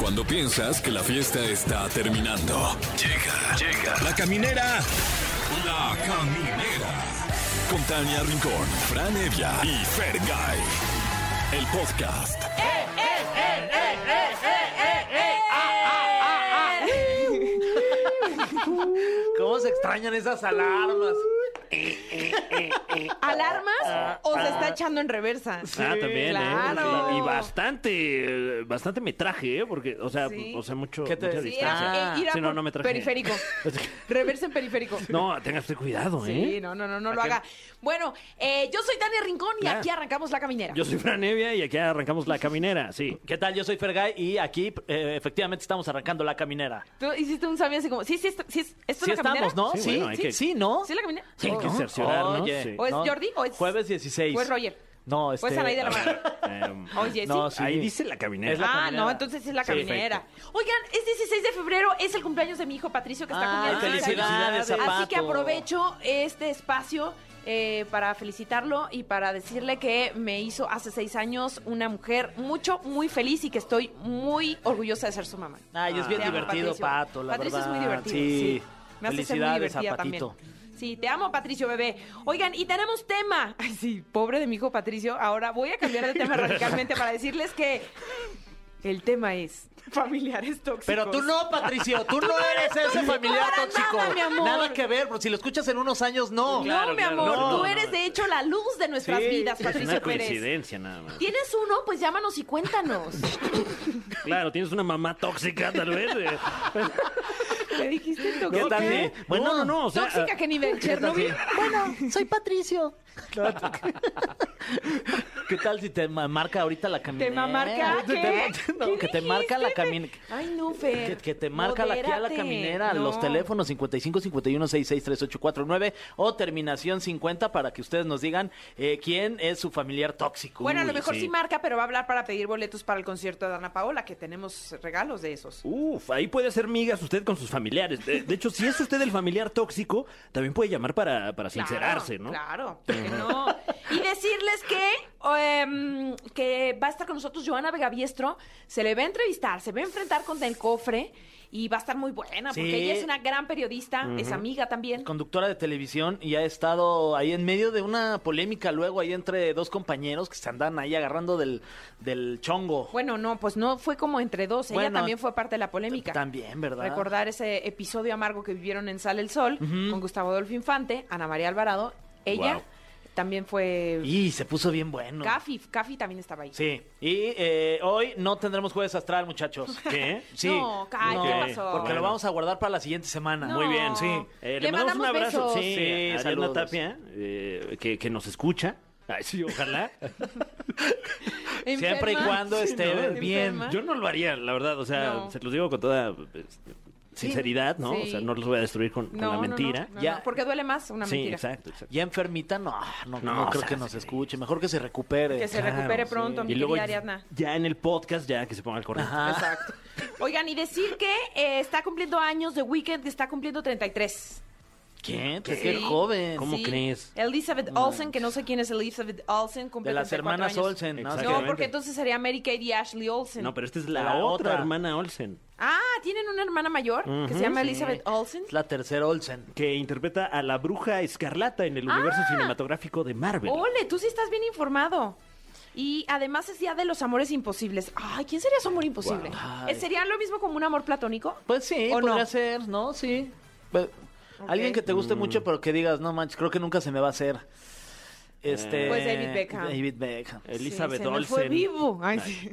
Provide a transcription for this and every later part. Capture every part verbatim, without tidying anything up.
Cuando piensas que la fiesta está terminando. Llega, llega. La Caminera. La Caminera. Con Tania Rincón, Fran Evia y Fergay. El podcast. ¡Eh, eh, eh, eh, eh, eh, eh! ¡Ah, ah, ah, ah! ¿Cómo se extrañan esas alarmas? ¿Alarmas o se está echando en reversa? Ah, también, claro. ¿eh? Y bastante, bastante metraje, ¿eh? Porque, o sea, Sí. o sea, mucho, ¿Qué te- mucha Sí, distancia. Eh, ir a Sí, no, por no me traje. periférico. Reversa en periférico. No, tengas cuidado, ¿eh? Sí, no, no, no, no lo haga. Bueno, eh, yo soy Tania Rincón y Ya. aquí arrancamos La Caminera. Yo soy Fran Evia y aquí arrancamos La Caminera, sí. ¿Qué tal? Yo soy Fergay y aquí eh, efectivamente estamos arrancando la caminera. Tú hiciste un sabio así como, sí, sí, esto, sí, es- ¿esto Sí es La Caminera? estamos, ¿no? Sí, bueno, hay sí, que- sí, ¿no? ¿Sí es La Caminera? Sí, hay que Oh. cerciorar, ¿no? Oye, Sí. ¿O es no. Jordi o es- Jueves dieciséis. ¿O es Roger? No, este... ¿O es Anaí de la Mano? Em, Oye, No, sí. sí. Ahí dice La Caminera. Es la Ah, caminera. no, entonces es La Sí, Caminera. Oigan, es dieciséis de febrero, es el cumpleaños de mi hijo Patricio que está Ah, cumpliendo treinta años. felicidades, Así Zapato. que aprovecho este espacio eh, para felicitarlo y para decirle que me hizo hace seis años una mujer mucho, muy feliz y que estoy muy orgullosa de ser su mamá. Ay, es bien Te amo, divertido, Patricio. Pato, la Patricio verdad. es muy divertido, Sí. sí. Me hace ser muy Felicidades, divertida Zapatito. también. Sí, te amo, Patricio, bebé. Oigan, y tenemos tema. Ay, sí, pobre de mi hijo Patricio. Ahora voy a cambiar de tema radicalmente para decirles que el tema es familiares tóxicos. Pero tú no, Patricio, tú, Tú no no eres eres ese tóxico familiar para tóxico. nada, mi amor. Nada que ver, pero si lo escuchas en unos años, no. No, Claro, mi claro, amor, no, tú no, eres no. de hecho la luz de nuestras Sí, vidas, Es Patricio una Pérez. coincidencia nada más. ¿Tienes uno? Pues llámanos y cuéntanos. Claro, tienes una mamá tóxica, tal vez. eh. ¿Qué dijiste tóxica? ¿Qué tal? ¿Qué? Bueno, no, no, o sea... ¿Tóxica a qué nivel? ¿Chernobyl? Bueno, soy Patricio. ¿Qué tal si te ma- marca ahorita la caminera? ¿Te ma- marca qué? No, ¿Qué que te marca la dijiste? caminera. Ay, no, Fer. Que, que te marca la, aquí a la Modérate. caminera, No. los teléfonos cincuenta y cinco cincuenta y uno sesenta y seis treinta y ocho cuarenta y nueve o terminación cincuenta para que ustedes nos digan eh, quién es su familiar tóxico. Bueno, a lo Uy, mejor sí. sí. marca, pero va a hablar para pedir boletos para el concierto de Ana Paola, que tenemos regalos de esos. Uf, ahí puede hacer migas usted con sus familiares. De, de hecho, si es usted el familiar tóxico, también puede llamar para, para sincerarse, ¿no? Claro, ¿por qué no? Y decirles que, em, que va a estar con nosotros Joana Vegaviestro, se le va a entrevistar, se va a enfrentar con El Cofre y va a estar muy buena, porque Sí. ella es una gran periodista, es amiga también. Conductora de televisión y ha estado ahí en medio de una polémica luego ahí entre dos compañeros que se andan ahí agarrando del, del chongo. Bueno, no, pues no fue como entre dos, ella Bueno, también fue parte de la polémica. También, ¿verdad? Recordar ese episodio amargo que vivieron en Sale el Sol con Gustavo Adolfo Infante, Ana María Alvarado, ella Wow. también fue... Y se puso bien bueno. Cafi, Cafi también estaba ahí. Sí, y eh, hoy no tendremos jueves astral, muchachos. ¿Qué? Sí. No, Kai, ¿qué Ok, pasó? Porque lo Bueno. vamos a guardar para la siguiente semana. No. Muy bien, sí. Eh, Le le, mandamos un mandamos abrazo. besos. Sí, Sí, a Ariadna saludos. Tapia, eh, que, que nos escucha. Ay, sí, ojalá. Siempre y ¿Enferma? cuando esté ¿no? bien. ¿Enferma? Yo no lo haría, la verdad. O sea, No. se los digo con toda pues, sinceridad, ¿no? Sí. O sea, no los voy a destruir con, con No, la no, mentira. no, no, Ya. no, porque duele más una Sí, mentira. exacto, exacto. Ya enfermita, no, no, no, No, creo o sea, que nos sí. escuche. Mejor que se recupere. Que se Claro, recupere sí. pronto, mi Y luego querida Ariadna. ya en el podcast, ya que se ponga al corriente. Ajá. Exacto. Oigan, y decir que eh, está cumpliendo años The Weeknd, que está cumpliendo treinta y tres. ¿Quién? Pues Sí. qué joven. ¿Cómo crees? Elizabeth Olsen, que no sé quién es Elizabeth Olsen, cumple De las treinta y cuatro hermanas años. Olsen, ¿no? Exacto. No, Exactamente. porque entonces sería Mary Kate y Ashley Olsen. No, pero esta es la, La otra, otra. hermana Olsen, Ah, ¿tienen una hermana mayor que se llama Elizabeth Olsen? Es la tercera Olsen. que interpreta a la bruja escarlata en el universo Ah. cinematográfico de Marvel. Ole, tú sí estás bien informado. Y además es Día de los Amores Imposibles. Ay, ¿quién sería su amor imposible? Wow. ¿Eh, ¿Sería lo mismo como un amor platónico? Pues sí, ¿O podría no? ser, ¿no? Sí. Pues, alguien que te guste Mm. mucho, pero que digas, no manches, creo que nunca se me va a hacer. Este, Pues David Beckham. David Beckham. Elizabeth Sí, se me Olsen. fue vivo. Ay, sí.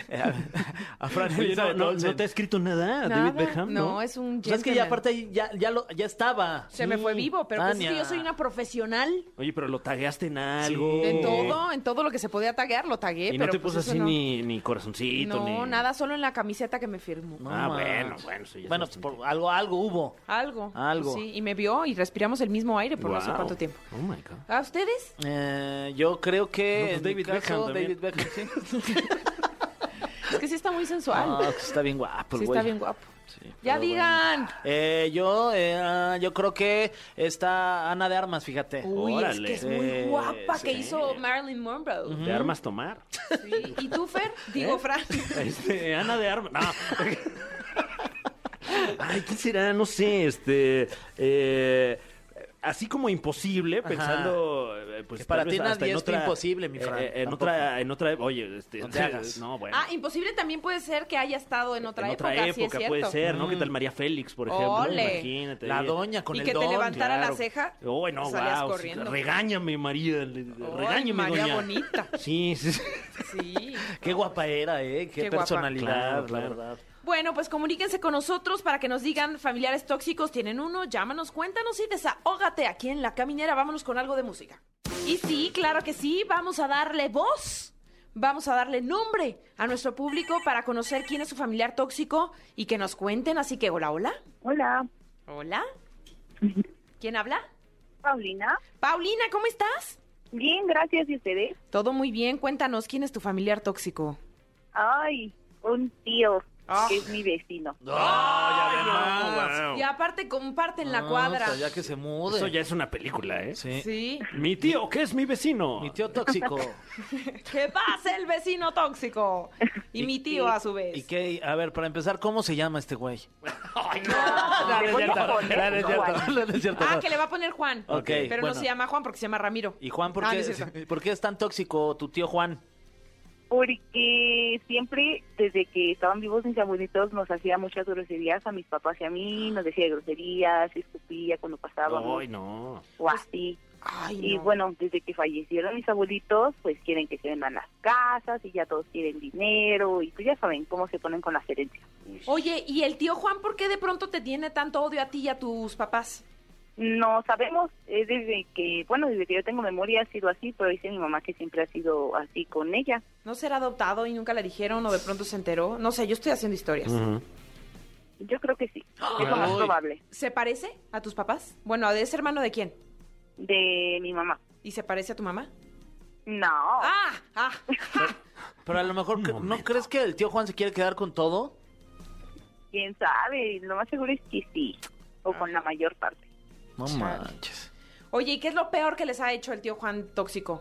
A Fran Oye, no, Elizabeth no, Olsen. ¿no te ha escrito nada, Nada. David Beckham? No, es un Pues es que ya gentleman. aparte ahí ya, ya, lo, ya estaba. Se me fue vivo, pero pues es que Tania. yo soy una profesional. Oye, pero lo tagueaste en algo. En todo, en todo lo que se podía taguear, lo tagué. Y pero no te pues puso eso así no. ni, ni corazoncito, No, ni... nada, solo en la camiseta que me firmó. No Ah, manches. bueno, bueno, sí, ya es Bueno, bastante. por algo, algo hubo. Algo. Algo. Sí, y me vio y respiramos el mismo aire por no sé Wow. cuánto tiempo. Oh, my God. ¿A ustedes? Eh, yo creo que No, pues en mi David caso, Beckham también. David Beckham, sí. Es que sí está muy sensual. No, que está bien guapo el sí, güey. está bien guapo. Sí, Ya pero digan. bueno. Eh, yo, eh, yo creo que está Ana de Armas, fíjate. Uy, es Órale. que es muy Eh, guapa que sí. hizo Marilyn Monroe. ¿De armas tomar? Sí. ¿Y tú, Fer? Digo, ¿Eh? Fran. Este, Ana de Armas. No. Ay, ¿quién será? No sé, este. eh, así como imposible, Ajá. pensando. eh, Pues, Que para tal vez ti hasta nadie en es otra- imposible, mi Fran. eh, en Tampoco. otra, en otra. Oye, este. No te hagas. No, bueno. Ah, imposible también puede ser que haya estado en otra en época, otra sí es época cierto. puede ser, ¿no? Mm. ¿Qué tal María Félix, por ejemplo? Ole. Imagínate. La doña con y el que don. te levantara claro. la ceja. Oh, no, salías wow. corriendo. Regáñame, María. le- Ay, Regáñame, María doña. bonita. Sí, sí, sí. Sí. Qué guapa era, ¿eh? Qué, Qué guapa. personalidad, Claro, la claro. verdad. Bueno, pues comuníquense con nosotros para que nos digan familiares tóxicos. ¿Tienen uno? Llámanos, cuéntanos y desahógate aquí en La Caminera. Vámonos con algo de música. Y sí, claro que sí, vamos a darle voz. Vamos a darle nombre a nuestro público para conocer quién es su familiar tóxico y que nos cuenten. Así que, hola, hola. Hola, Hola. ¿Quién habla? Paulina. Paulina, ¿cómo estás? Bien, gracias. ¿Y ustedes? Todo muy bien. Cuéntanos, ¿quién es tu familiar tóxico? Ay, un tío Ah. que es mi vecino. Ay, no, además. wow. Y aparte comparten la Ah, cuadra. pues ya que se mude. Eso ya es una película, ¿eh? Sí. Sí. Mi tío, que es mi vecino. Mi tío tóxico. ¿Qué pasa el vecino tóxico? Y mi tío a su vez. ¿Y qué? A ver, para empezar, ¿cómo se llama este güey? Ay, no. No, no es voy a cierto. poner No, no es cierto. Juan. No, no es cierto. Ah, que le va a poner Juan. Ok, Pero bueno. no se llama Juan porque se llama Ramiro. ¿Y Juan, por Ah, qué, no es cierto. por qué es tan tóxico tu tío Juan? Porque siempre, desde que estaban vivos mis abuelitos, nos hacía muchas groserías a mis papás y a mí. Nos decía groserías, escupía cuando pasábamos Ay, no. o así. Ay, Y no. bueno, desde que fallecieron mis abuelitos, pues quieren que se vendan las casas y ya todos quieren dinero. Y pues ya saben cómo se ponen con las herencias. Oye, ¿y el tío Juan por qué de pronto te tiene tanto odio a ti y a tus papás? No sabemos, es desde que, bueno, desde que yo tengo memoria ha sido así, pero dice mi mamá que siempre ha sido así con ella. ¿No será adoptado y nunca le dijeron o de pronto se enteró? No sé, yo estoy haciendo historias. Ujú. Yo creo que sí, es lo más Uy. probable, ¿Se parece a tus papás? Bueno, ¿es hermano de quién? de mi mamá. ¿Y se parece a tu mamá? No, ¡Ah! ¡Ah! ¡Ja! Pero a lo mejor, Un ¿no momento. crees que el tío Juan se quiere quedar con todo? quién sabe, lo más seguro es que sí, o con la mayor parte. No Chale. manches. Oye, ¿y qué es lo peor que les ha hecho el tío Juan tóxico?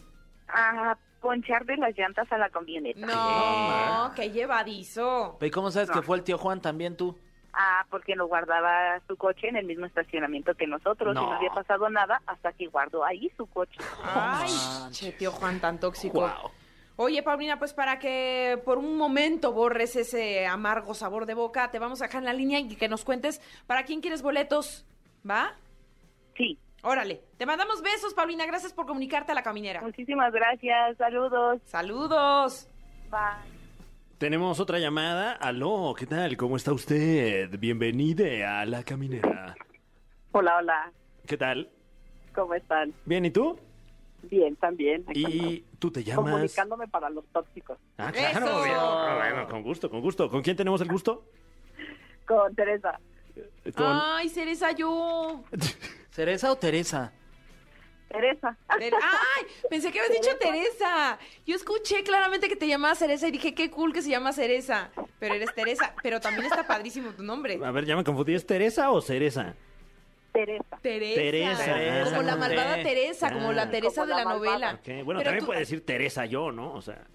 A ponchar de las llantas a la camioneta. No, qué llevadizo. ¿Y cómo sabes No. que fue el tío Juan también tú? Ah, porque no guardaba su coche en el mismo estacionamiento que nosotros No. y no había pasado nada hasta que guardó ahí su coche. Ay, manches. che, tío Juan tan tóxico. Guau. Oye, Paulina, pues para que por un momento borres ese amargo sabor de boca, te vamos a dejar en la línea y que nos cuentes para quién quieres boletos, ¿va? Sí, Órale, te mandamos besos, Paulina, gracias por comunicarte a La Caminera. muchísimas gracias, saludos, Saludos. bye. Tenemos otra llamada. Aló, ¿qué tal? ¿Cómo está usted? Bienvenida a La Caminera. Hola, hola, ¿Qué tal? ¿cómo están? Bien, ¿y tú? Bien, también. aquí ¿Y tú te llamas? comunicándome para los tóxicos. Ah, claro. ¡Eso! bien. Ah, bueno, con gusto, con gusto. ¿Con quién tenemos el gusto? Con Teresa. Con... Ay, Cereza, yo. ¿Cereza o Teresa? Teresa. Ter- Ay, pensé que habías dicho Teresa. Yo escuché claramente que te llamabas Cereza y dije, qué cool que se llama Cereza. Pero eres Teresa, pero también está padrísimo tu nombre. A ver, ya me confundí. ¿Es Teresa o Cereza? Teresa. Teresa. Teresa. Teresa, Como la con malvada T. Teresa, como Ah. la Teresa Como de la la malvada. novela. Ok, Bueno, Pero también tú- puede decir Teresa yo, ¿no? O sea...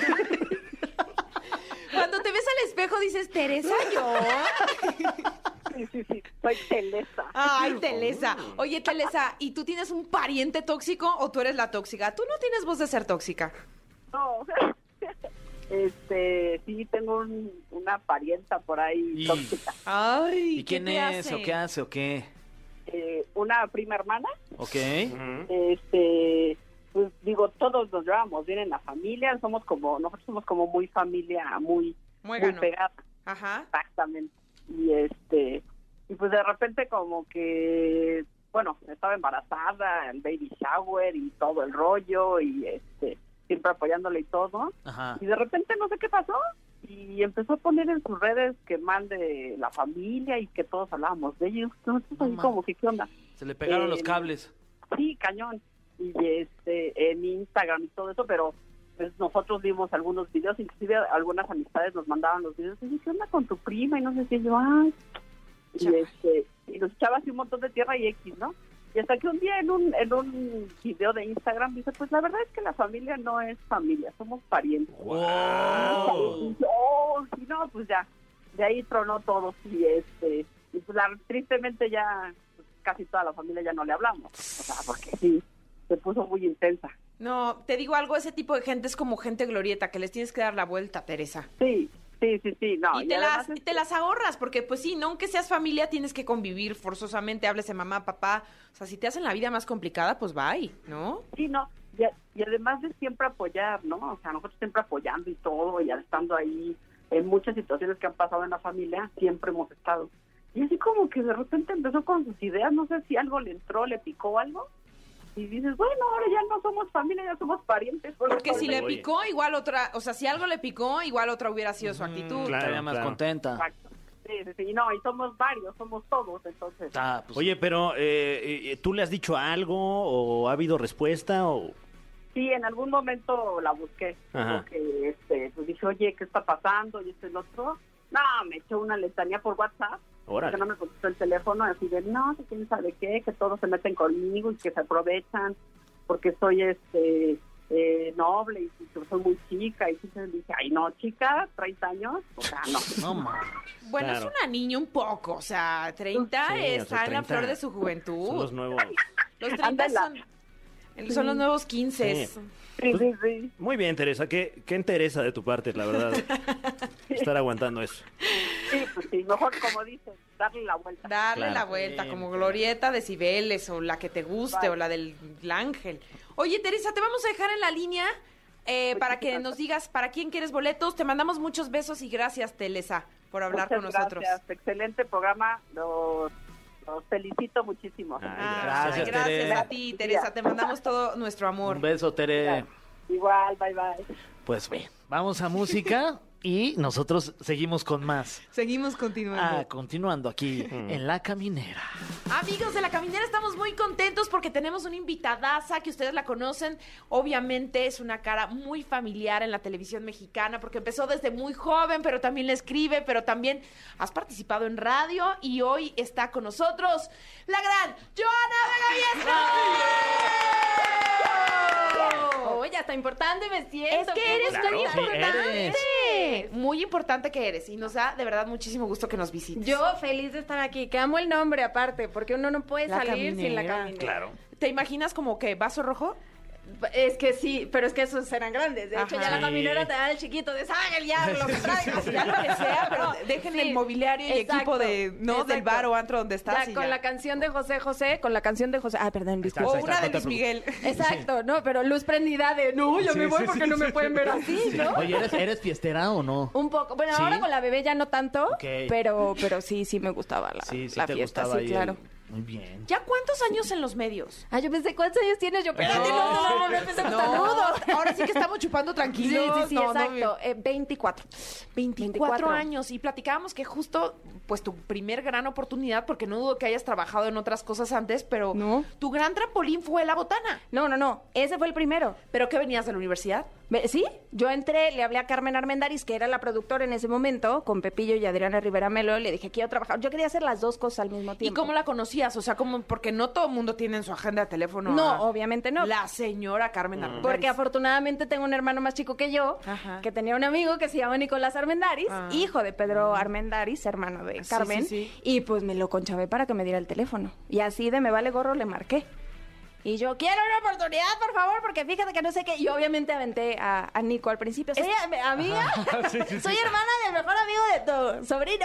Cuando te ves al espejo dices, ¿Teresa yo? Sí, sí, sí, soy Teresa. Ay, Telesa. Oye, Telesa, ¿y tú tienes un pariente tóxico o tú eres la tóxica? Tú no tienes voz de ser tóxica. No. Este, sí, tengo un- una parienta por ahí Y- tóxica. Ay, ¿Y quién ¿qué te es hace? o qué hace o qué? Eh, una prima hermana, ¿Ok? Ujú. este, pues digo, todos nos llevamos bien en la familia, somos como, nosotros somos como muy familia, muy, muy Muégano. pegada, Ajá. exactamente. Y este, y pues de repente como que, bueno, estaba embarazada, el baby shower y todo el rollo, y este, siempre apoyándole y todo. Ajá. Y de repente no sé qué pasó y empezó a poner en sus redes que mande la familia y que todos hablábamos de ellos. Entonces, No así ma- como que qué onda. Se le pegaron Eh, los cables. Sí, cañón. Y este en Instagram y todo eso, pero pues nosotros vimos algunos videos, inclusive algunas amistades nos mandaban los videos, y ¿qué onda con tu prima? Y no sé si yo, ay, y este, y nos echaba así un montón de tierra y X, ¿no? Y hasta que un día en un en un video de Instagram dice, pues la verdad es que la familia no es familia, somos parientes. Wow. Y yo, y no, pues ya, de ahí tronó todo, y este, y pues la, tristemente ya, pues, casi toda la familia ya no le hablamos, o sea, porque sí, se puso muy intensa. No, te digo algo, ese tipo de gente es como gente glorieta, que les tienes que dar la vuelta, Teresa. Sí, sí, sí, sí, no. Y, y te, además las, es- te las ahorras, porque pues sí, no, aunque seas familia, tienes que convivir forzosamente, háblese mamá, papá. O sea, si te hacen la vida más complicada, pues bye, ¿no? Sí, no, y, y además de siempre apoyar, ¿no? O sea, nosotros siempre apoyando y todo, y estando ahí en muchas situaciones que han pasado en la familia, siempre hemos estado. Y así como que de repente empezó con sus ideas, no sé si algo le entró, le picó algo, y dices, bueno, ahora ya no somos familia, ya somos parientes. Porque si le Oye. picó, igual otra, o sea, si algo le picó, igual otra hubiera sido su actitud. claro. Estaría más contenta. Exacto. Sí, sí, sí, no, y somos varios, somos todos, entonces. Ah, pues, Oye, pero eh, eh, ¿tú le has dicho algo o ha habido respuesta? O... Sí, en algún momento la busqué, Ajá. porque este, pues dije, oye, ¿qué está pasando? Y esto y lo otro. No, me echó una letanía por WhatsApp, Órale. que no me contestó el teléfono, así de, no, que quién sabe qué, que todos se meten conmigo y que se aprovechan, porque soy este eh, noble y que soy muy chica. Y entonces dije, ay, no, chica, treinta años, o sea, no. no, ma. Bueno, Claro. es una niña un poco, o sea, treinta Sí, o está sea, en la treinta flor de su juventud. Son los nuevos. Los treinta Ándala. son, son los nuevos quince. Sí. Sí, sí, sí. Muy bien, Teresa. ¿Qué, qué interesa de tu parte, la verdad? Estar aguantando eso. Sí, pues sí, mejor como dicen, darle la vuelta. Darle Claro. la vuelta, Sí, como sí. Glorieta de Cibeles o la que te guste Bye. o la del ángel. Oye, Teresa, te vamos a dejar en la línea eh, para que nos digas para quién quieres boletos. Te mandamos muchos besos y gracias, Teresa, por hablar Muchas con nosotros. Gracias, excelente programa, los, los felicito muchísimo. Ay, Ah, Gracias, gracias Tere. a ti, Teresa. Te mandamos todo nuestro amor. Un beso, Tere. Igual, bye bye. Pues bien, vamos a música y nosotros seguimos con más. Seguimos continuando. Ah, continuando aquí en La Caminera. Amigos de La Caminera, estamos muy contentos porque tenemos una invitadaza que ustedes la conocen. Obviamente es una cara muy familiar en la televisión mexicana porque empezó desde muy joven, pero también le escribe, pero también has participado en radio y hoy está con nosotros la gran Joana Vega Oye, hasta importante me siento. Es que eres Claro, muy sí importante. eres. Muy importante que eres y nos da de verdad muchísimo gusto que nos visites. Yo feliz de estar aquí, que amo el nombre aparte, porque uno no puede La salir sin la Caminera. caminera. Claro. ¿Te imaginas como que vaso rojo? Es que sí, pero es que esos eran grandes. De hecho, Ajá. ya la Sí. caminera te da el chiquito de ¡saga el diablo! Lo que traigas! Ya lo que sea, pero dejen Sí, el mobiliario y exacto, equipo de, ¿no? Del exacto. bar o antro donde estás. Ya, y con ya. la canción de José José, con la canción de José... Ah, perdón, está, disculpa. O ahí una de no te Luis Miguel. Exacto, no, pero luz prendida de no, yo me voy porque no me pueden ver así, ¿no? Oye, ¿eres, eres fiestera o no? Un poco. Bueno, ¿Sí? ahora con la bebé ya no tanto, Ok. pero pero sí, sí me gustaba la, Sí, sí la te fiesta, gustaba sí, ahí claro. el- Muy bien. ¿Ya cuántos años en los medios? Ah, yo pensé, ¿cuántos años tienes? Yo, espérate, no, no, no, no, no empecemos tan rudo. ahora sí que estamos chupando Sí, tranquilos. sí, sí, No, no, exacto. Eh, veinticuatro. veinticuatro años y platicábamos que justo pues tu primer gran oportunidad, porque no dudo que hayas trabajado en otras cosas antes, pero No. tu gran trampolín fue la botana. No, no, no. Ese fue el primero. ¿Pero qué venías de la universidad? Ve- Sí, yo entré, le hablé a Carmen Armendáriz, que era la productora en ese momento, con Pepillo y Adriana Rivera Melo, le dije, quiero trabajar. Yo quería hacer las dos cosas al mismo ¿Y tiempo. cómo la conocías? O sea, como porque no todo el mundo tiene en su agenda de teléfono. No, a obviamente no. La señora Carmen Armendáriz. Porque afortunadamente tengo un hermano más chico que yo, Ajá. que tenía un amigo que se llama Nicolás Armendáriz, Ah. hijo de Pedro Armendáriz, hermano de Sí, Carmen, sí, sí. y pues me lo conchavé para que me diera el teléfono. Y así de me vale gorro le marqué. Y yo, quiero una oportunidad, por favor, porque fíjate que no sé qué. Y obviamente aventé a, a Nico al principio. Soy am- amiga, soy hermana del mejor amigo de tu sobrino.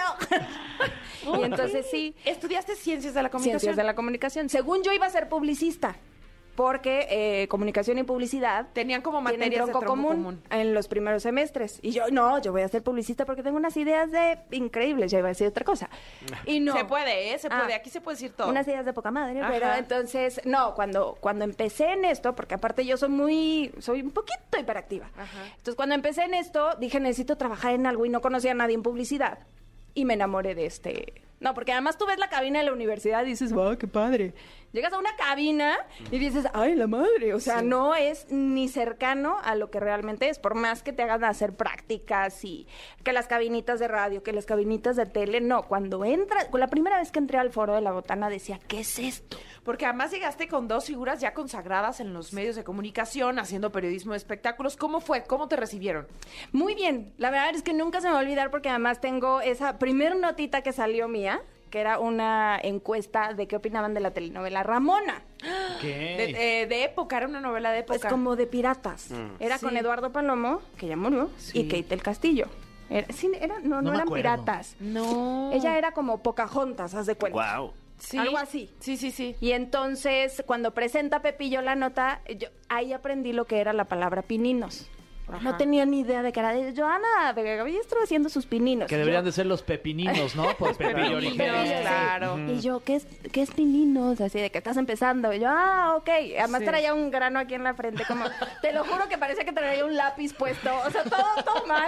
Y entonces sí, ¿Estudiaste ciencias de la comunicación? ciencias de la comunicación. Según yo iba a ser publicista, porque eh, comunicación y publicidad Tenían como tienen materias de tronco tronco común, común. en los primeros semestres. Y yo, no, yo voy a ser publicista porque tengo unas ideas de increíbles. Ya iba a decir otra cosa. Y no. Se puede, ¿eh? Se Ah. puede. Aquí se puede decir todo. Unas ideas de poca madre, Ajá. pero entonces, no, cuando, cuando empecé en esto, porque aparte yo soy muy, soy un poquito hiperactiva. Ajá. Entonces, cuando empecé en esto, dije, necesito trabajar en algo y no conocía a nadie en publicidad. Y me enamoré de este... No, porque además tú ves la cabina de la universidad y dices, wow, qué padre. Llegas a una cabina y dices, ay, la madre. O sea, sí. no es ni cercano a lo que realmente es. Por más que te hagan hacer prácticas y que las cabinitas de radio, que las cabinitas de tele, no. Cuando entras, la primera vez que entré al Foro de la Botana decía, ¿qué es esto? Porque además llegaste con dos figuras ya consagradas en los medios de comunicación, haciendo periodismo de espectáculos. ¿Cómo fue? ¿Cómo te recibieron? Muy bien. La verdad es que nunca se me va a olvidar porque además tengo esa primer notita que salió mía, que era una encuesta de qué opinaban de la telenovela Ramona. ¿Qué? De, eh, de época, era una novela de época. Pues como de piratas. Mm. Era sí. con Eduardo Palomo, que ya murió, sí. y Kate del Castillo. Era, sí, era, no, no, no eran piratas. No. Ella era como Pocahontas, haz de cuenta. Wow. Sí. Algo así. Sí, sí, sí. Y entonces, cuando presenta Pepillo la nota, yo ahí aprendí lo que era la palabra pininos. Ajá. No tenía ni idea de que era de Joana Vegaviestro haciendo sus pininos. Que deberían yo... de ser los pepininos, ¿no? Por Pepillo Origel. Claro. Y yo, ¿qué es, ¿qué es pininos? Así de que estás empezando. Y yo, ah, ok. Además sí. traía un grano aquí en la frente. Como, te lo juro que parecía que traía un lápiz puesto. O sea, todo, todo mal.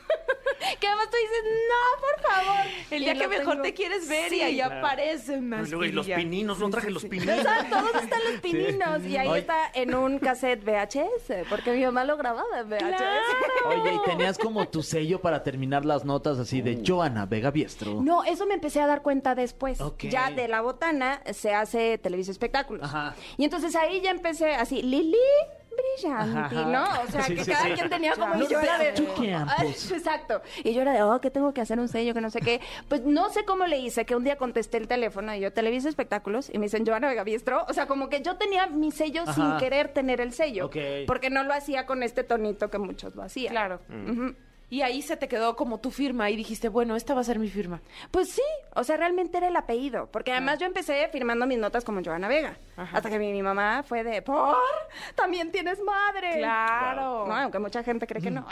Que además tú dices, no, por favor. El día que mejor tengo... te quieres ver sí, y ahí claro. aparecen más. Y los pininos, no traje sí, sí, los pininos. O sea, todos están los pininos. Sí. Y ahí Oye. está en un cassette V H S, porque mi mamá lo grababa en V H S. Claro. Oye, ¿y tenías como tu sello para terminar las notas así de uh. Joana Vegaviestro? No, eso me empecé a dar cuenta después. Okay. Ya de La Botana se hace Televisa Espectáculos. Ajá. Y entonces ahí ya empecé así, Lili... brillante, ajá, ¿no? O sea, sí, que sí, cada sí. quien tenía como... No, y yo era de... Ay, exacto. Y yo era de, oh, que tengo que hacer un sello, que no sé qué. Pues no sé cómo le hice, que un día contesté el teléfono y yo, Televisa Espectáculos, y me dicen, Joana Vegaviestro. O sea, como que yo tenía mi sello ajá. sin querer tener el sello. Okay. Porque no lo hacía con este tonito que muchos lo hacían. Claro. Mm. Uh-huh. Y ahí se te quedó como tu firma y dijiste, bueno, esta va a ser mi firma. Pues sí, o sea, realmente era el apellido. Porque además ah. yo empecé firmando mis notas como Joana Vega. Ajá. Hasta que mi, mi mamá fue de, ¿por? También tienes madre. Claro. No, aunque mucha gente cree que no.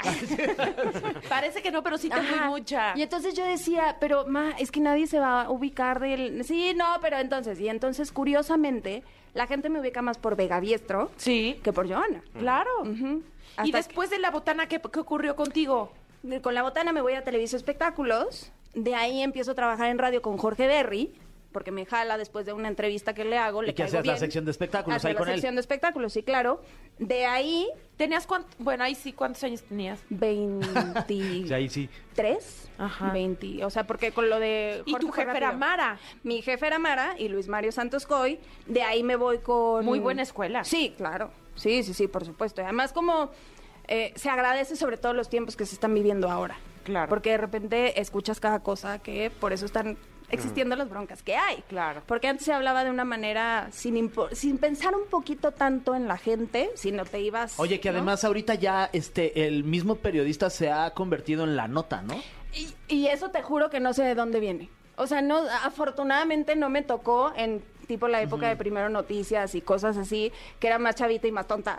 Parece que no, pero sí tengo mucha. Y entonces yo decía, pero ma, es que nadie se va a ubicar del... Sí, no, pero entonces... Y entonces, curiosamente, la gente me ubica más por Vegaviestro sí. que por Joana. Claro. Uh-huh. Y después que... de La Botana, ¿qué, ¿qué ocurrió contigo? Con La Botana me voy a Televisa Espectáculos. De ahí empiezo a trabajar en radio con Jorge Berry, porque me jala después de una entrevista que le hago. Le ¿Y que hacías la sección de espectáculos ahí con él? La sección de espectáculos, sí, claro. De ahí... ¿Tenías cuánto? Bueno, ahí sí, ¿cuántos años tenías? veintitrés. Sí, ahí sí. Ajá. veinte. O sea, porque con lo de Jorge... ¿Y tu jefe era Mara? Mi jefe era Mara y Luis Mario Santos Coy. De ahí me voy con... Muy buena escuela. Sí, claro. Sí, sí, sí, por supuesto. Y además como... Eh, se agradece sobre todo los tiempos que se están viviendo ahora. Claro. Porque de repente escuchas cada cosa que por eso están existiendo mm. las broncas que hay. Claro. Porque antes se hablaba de una manera sin impo- sin pensar un poquito tanto en la gente, sino te ibas... Oye, que ¿no? además ahorita ya este el mismo periodista se ha convertido en la nota, ¿no? Y, y eso te juro que no sé de dónde viene. O sea, no, afortunadamente no me tocó en tipo la época uh-huh. de Primero Noticias y cosas así, que era más chavita y más tonta,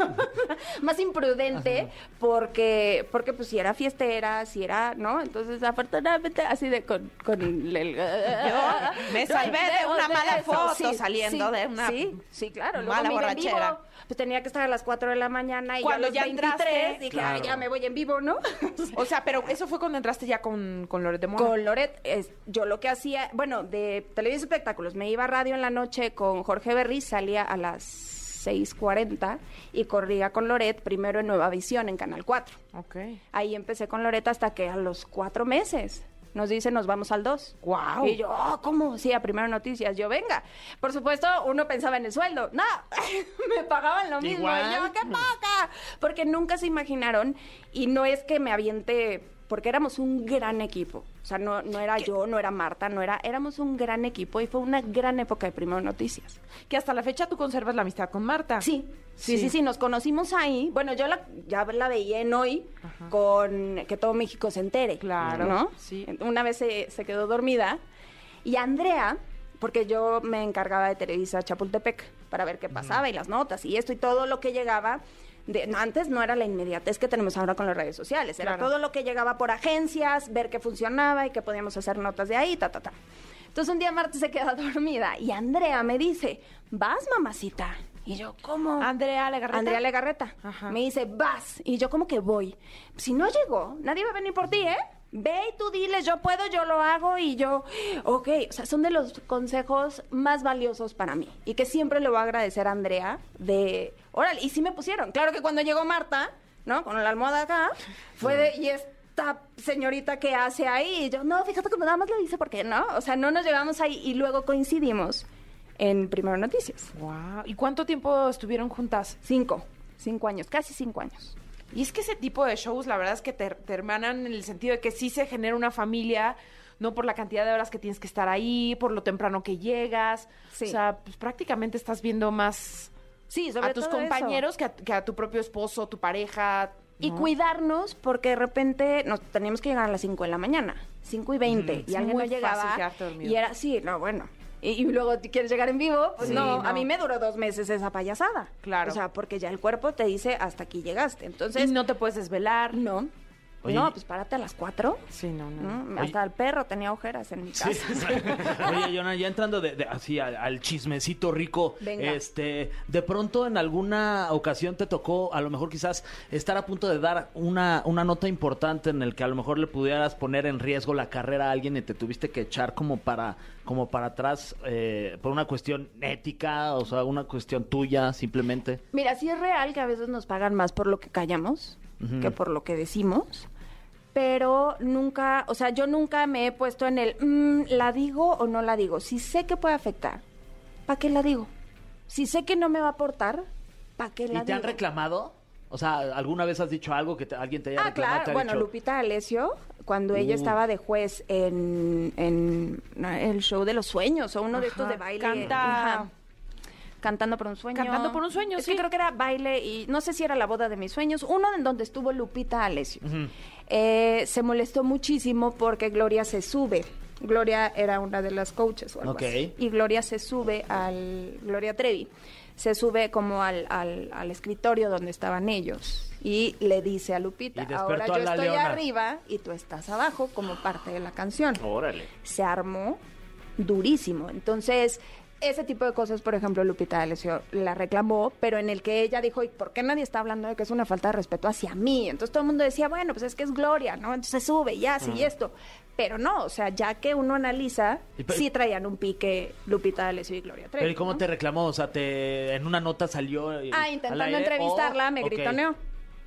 más imprudente, uh-huh. porque porque pues si era fiestera, si era, ¿no? Entonces, afortunadamente, así de con... con el, el, Yo me salvé de una de mala eso. foto sí, saliendo sí, de una sí, sí, claro. Luego mala me iba en borrachera. Vivo, pues tenía que estar a las cuatro de la mañana y cuando yo a los ya veintitrés entraste, dije, claro. ay, ya me voy en vivo, ¿no? O sea, pero eso fue cuando entraste ya con, con Loret de Mola. Con Loret, es, yo lo que hacía, bueno, de Televisa Espectáculos, me iba a radio en la noche con Jorge Berry, salía a las seis cuarenta y corría con Loret primero en Nueva Visión, en Canal cuatro. Okay. Ahí empecé con Loret hasta que a los cuatro meses nos dice, nos vamos al dos. Wow. Y yo, oh, ¿cómo? Sí, a Primero Noticias. Yo, venga. Por supuesto, uno pensaba en el sueldo. No, me pagaban lo mismo. ¿Igual? Y yo, ¿qué paga? Porque nunca se imaginaron, y no es que me aviente... Porque éramos un gran equipo. O sea, no, no era yo, no era Marta, no era... Éramos un gran equipo y fue una gran época de Primero Noticias. Que hasta la fecha tú conservas la amistad con Marta. Sí, sí, sí, sí. sí nos conocimos ahí. Bueno, yo la, ya la veía en Hoy, ajá, con Que Todo México se entere. Claro. ¿No? Sí. Una vez se, se quedó dormida. Y Andrea, porque yo me encargaba de Televisa Chapultepec para ver qué pasaba, uh-huh, y las notas y esto y todo lo que llegaba... De, no, antes no era la inmediatez que tenemos ahora con las redes sociales, era claro, todo lo que llegaba por agencias, ver qué funcionaba y que podíamos hacer notas de ahí, ta, ta, ta. Entonces un día Marta se queda dormida y Andrea me dice, ¿vas, mamacita? Y yo, ¿cómo? Andrea Legarreta. Andrea Legarreta. Ajá. Me dice, vas. Y yo, ¿cómo que voy? Si no llegó, nadie va a venir por ti, ¿eh? ve y tú diles, yo puedo, yo lo hago y yo, ok, o sea, son de los consejos más valiosos para mí y que siempre le voy a agradecer a Andrea de, órale, y sí me pusieron, claro que cuando llegó Marta, ¿no? Con la almohada acá, fue de, y esta señorita que hace ahí, y yo, no, fíjate que nada más lo hice porque, ¿no? O sea, no nos llevamos ahí y luego coincidimos en Primero Noticias. Wow. ¿Y cuánto tiempo estuvieron juntas? Cinco, cinco años, casi cinco años. Y es que ese tipo de shows, la verdad es que te, te hermanan en el sentido de que sí se genera una familia, no por la cantidad de horas que tienes que estar ahí, por lo temprano que llegas. Sí. O sea, pues prácticamente estás viendo más Sí, sobre a tus todo compañeros eso. que a, que a tu propio esposo, tu pareja. Y ¿no? cuidarnos porque de repente nos teníamos que llegar a las cinco de la mañana, cinco y veinte, Mm, y es alguien muy no llegaba. fácil quedarte dormido. Y era así, no, bueno. Y, y luego te quieres llegar en vivo, pues Sí, no, no. a mí me duró dos meses esa payasada. Claro. O sea, porque ya el cuerpo te dice hasta aquí llegaste. Entonces, Y no te puedes desvelar. no. Oye, no, y- pues párate a las cuatro. Sí, no, no. ¿no? Hasta el perro tenía ojeras en mi casa. Oye, Jonah, ya entrando de, de- así al, al chismecito rico, Venga. este, de pronto en alguna ocasión te tocó, a lo mejor quizás estar a punto de dar una, una nota importante en el que a lo mejor le pudieras poner en riesgo la carrera a alguien y te tuviste que echar como para, como para atrás eh, por una cuestión ética, o sea, una cuestión tuya simplemente. Mira, sí es real que a veces nos pagan más por lo que callamos Ujú. que por lo que decimos, pero nunca, o sea, yo nunca me he puesto en el, mm, ¿la digo o no la digo? Si sé que puede afectar, ¿para qué la digo? Si sé que no me va a aportar, ¿para qué la ¿Y te digo? han reclamado? O sea, ¿alguna vez has dicho algo que te- alguien te haya Ah, reclamado? claro, te ha bueno, dicho, Lupita D'Alessio, cuando ella Uh. estaba de juez en, en no, el show de los sueños o uno de estos Ajá, de baile. canta- Ajá. Cantando por un sueño. Cantando por un sueño, es sí. que creo que era baile y no sé si era la boda de mis sueños. Uno en donde estuvo Lupita D'Alessio. Eh, se molestó muchísimo porque Gloria se sube. Gloria era una de las coaches o algo Ok. así. Y Gloria se sube al... Gloria Trevi. Se sube como al, al, al escritorio donde estaban ellos. Y le dice a Lupita, Y despertó ahora a yo la estoy leona". arriba y tú estás abajo como parte de la canción. Órale. Se armó durísimo. Entonces, ese tipo de cosas, por ejemplo, Lupita D'Alessio la reclamó, pero en el que ella dijo, ¿y por qué nadie está hablando de que es una falta de respeto hacia mí? Entonces todo el mundo decía, bueno, pues es que es Gloria, ¿no? Entonces sube y hace y esto. Pero no, o sea, ya que uno analiza, Y pe- sí traían un pique Lupita D'Alessio y Gloria Trevi. Pero ¿y cómo ¿no? te reclamó? O sea, te en una nota salió... eh, Ah, al intentando aire, entrevistarla, o- me ok. gritoneó.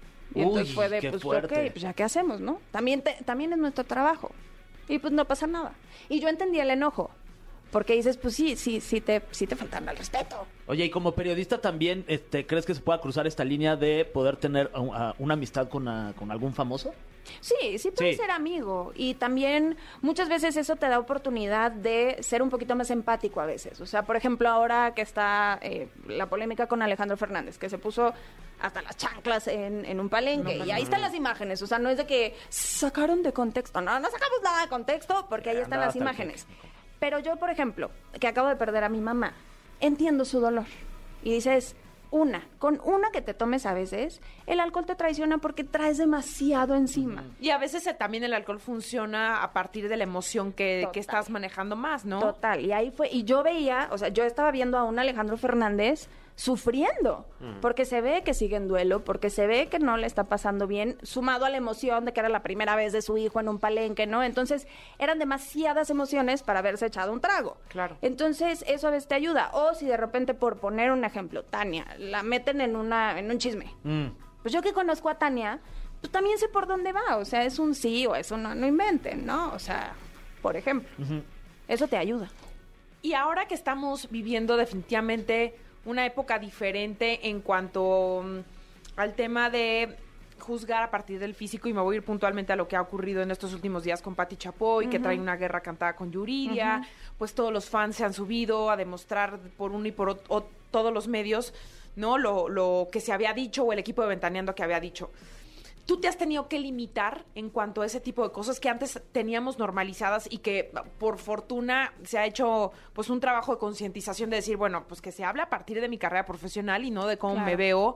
Y entonces Uy, fue de, qué pues, fuerte. ok, pues ya qué hacemos, ¿no? También, te- también es nuestro trabajo. Y pues no pasa nada. Y yo entendí el enojo. Porque dices, pues sí, sí, sí te, sí te faltan al respeto. Oye, y como periodista también, este, ¿crees que se pueda cruzar esta línea de poder tener uh, uh, una amistad con, uh, con algún famoso? Sí, sí puedes Sí. ser amigo. Y también muchas veces eso te da oportunidad de ser un poquito más empático a veces. O sea, por ejemplo, ahora que está eh, la polémica con Alejandro Fernández, que se puso hasta las chanclas en, en un palenque. y ahí están las imágenes. O sea, no es de que sacaron de contexto. No, no sacamos nada de contexto porque ahí están Andaba las hasta el imágenes. Pero yo, por ejemplo, que acabo de perder a mi mamá, entiendo su dolor. Y dices, una, con una que te tomes a veces, el alcohol te traiciona porque traes demasiado encima. Y a veces eh, también el alcohol funciona a partir de la emoción que, Total. que estás manejando más, ¿no? Total, y ahí fue, y yo veía, o sea, yo estaba viendo a un Alejandro Fernández sufriendo, porque se ve que sigue en duelo, porque se ve que no le está pasando bien, sumado a la emoción de que era la primera vez de su hijo en un palenque, ¿no? Entonces, eran demasiadas emociones para haberse echado un trago. Claro. Entonces, eso a veces te ayuda. O si de repente, por poner un ejemplo, Tania, la meten en una, en un chisme. Mm. Pues yo que conozco a Tania, pues también sé por dónde va, o sea, es un sí o es un no, no inventen, ¿no? O sea, por ejemplo, eso te ayuda. Y ahora que estamos viviendo definitivamente una época diferente en cuanto mm, al tema de juzgar a partir del físico, y me voy a ir puntualmente a lo que ha ocurrido en estos últimos días con Pati Chapoy, que trae una guerra cantada con Yuridia, pues todos los fans se han subido a demostrar por uno y por ot- ot- todos los medios, ¿no? Lo, lo que se había dicho o el equipo de Ventaneando que había dicho. ¿Tú te has tenido que limitar en cuanto a ese tipo de cosas que antes teníamos normalizadas y que por fortuna se ha hecho pues un trabajo de concientización de decir, bueno, pues que se hable a partir de mi carrera profesional y no de cómo Claro. me veo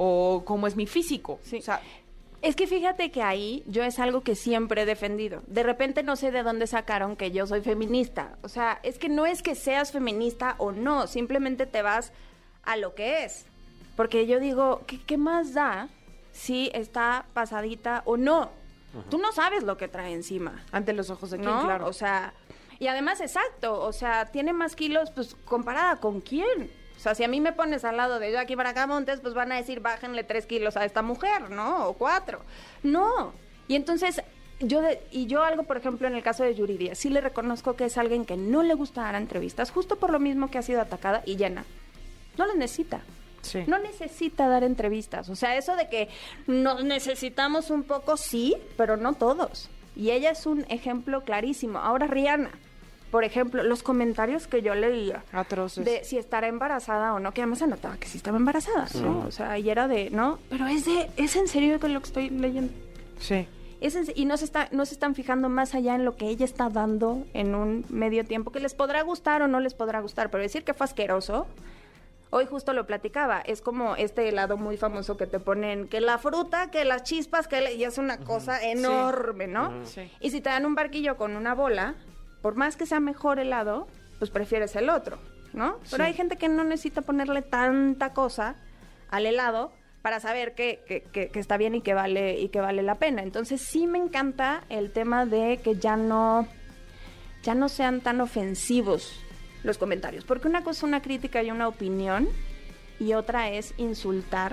o cómo es mi físico? Sí. O sea, Es que fíjate que ahí yo es algo que siempre he defendido. De repente no sé de dónde sacaron que yo soy feminista. O sea, es que no es que seas feminista o no, simplemente te vas a lo que es. Porque yo digo, ¿qué, qué más da si está pasadita o no? Tú no sabes lo que trae encima. Ante los ojos de quién, ¿No? claro. O sea, y además, exacto, o sea, tiene más kilos, pues, comparada con quién. O sea, si a mí me pones al lado de Jackie Bracamontes, pues van a decir, bájenle tres kilos a esta mujer, ¿no? O cuatro. No. Y entonces, yo, de, y yo algo, por ejemplo, en el caso de Yuridia, sí le reconozco que es alguien que no le gusta dar entrevistas, justo por lo mismo que ha sido atacada y llena. No las necesita. Sí. No necesita dar entrevistas. O sea, eso de que nos necesitamos un poco, sí, pero no todos. Y ella es un ejemplo clarísimo. Ahora, Rihanna, por ejemplo, los comentarios que yo leía Atroces. de si estará embarazada o no, que además se notaba que sí estaba embarazada, ¿no? O sea, y era de, ¿no? Pero es de, es en serio que lo que estoy leyendo. Sí. Es en- y no se, está, no se están fijando más allá en lo que ella está dando en un medio tiempo, que les podrá gustar o no les podrá gustar, pero decir que fue asqueroso, hoy justo lo platicaba, es como este helado muy famoso que te ponen, que la fruta, que las chispas, que le- y es una cosa enorme, ¿no? Sí. Y si te dan un barquillo con una bola, por más que sea mejor helado, pues prefieres el otro, ¿no? Pero hay gente que no necesita ponerle tanta cosa al helado para saber que, que, que- que está bien y que vale y que vale la pena. Entonces sí me encanta el tema de que ya no ya no sean tan ofensivos los comentarios, porque una cosa es una crítica y una opinión y otra es insultar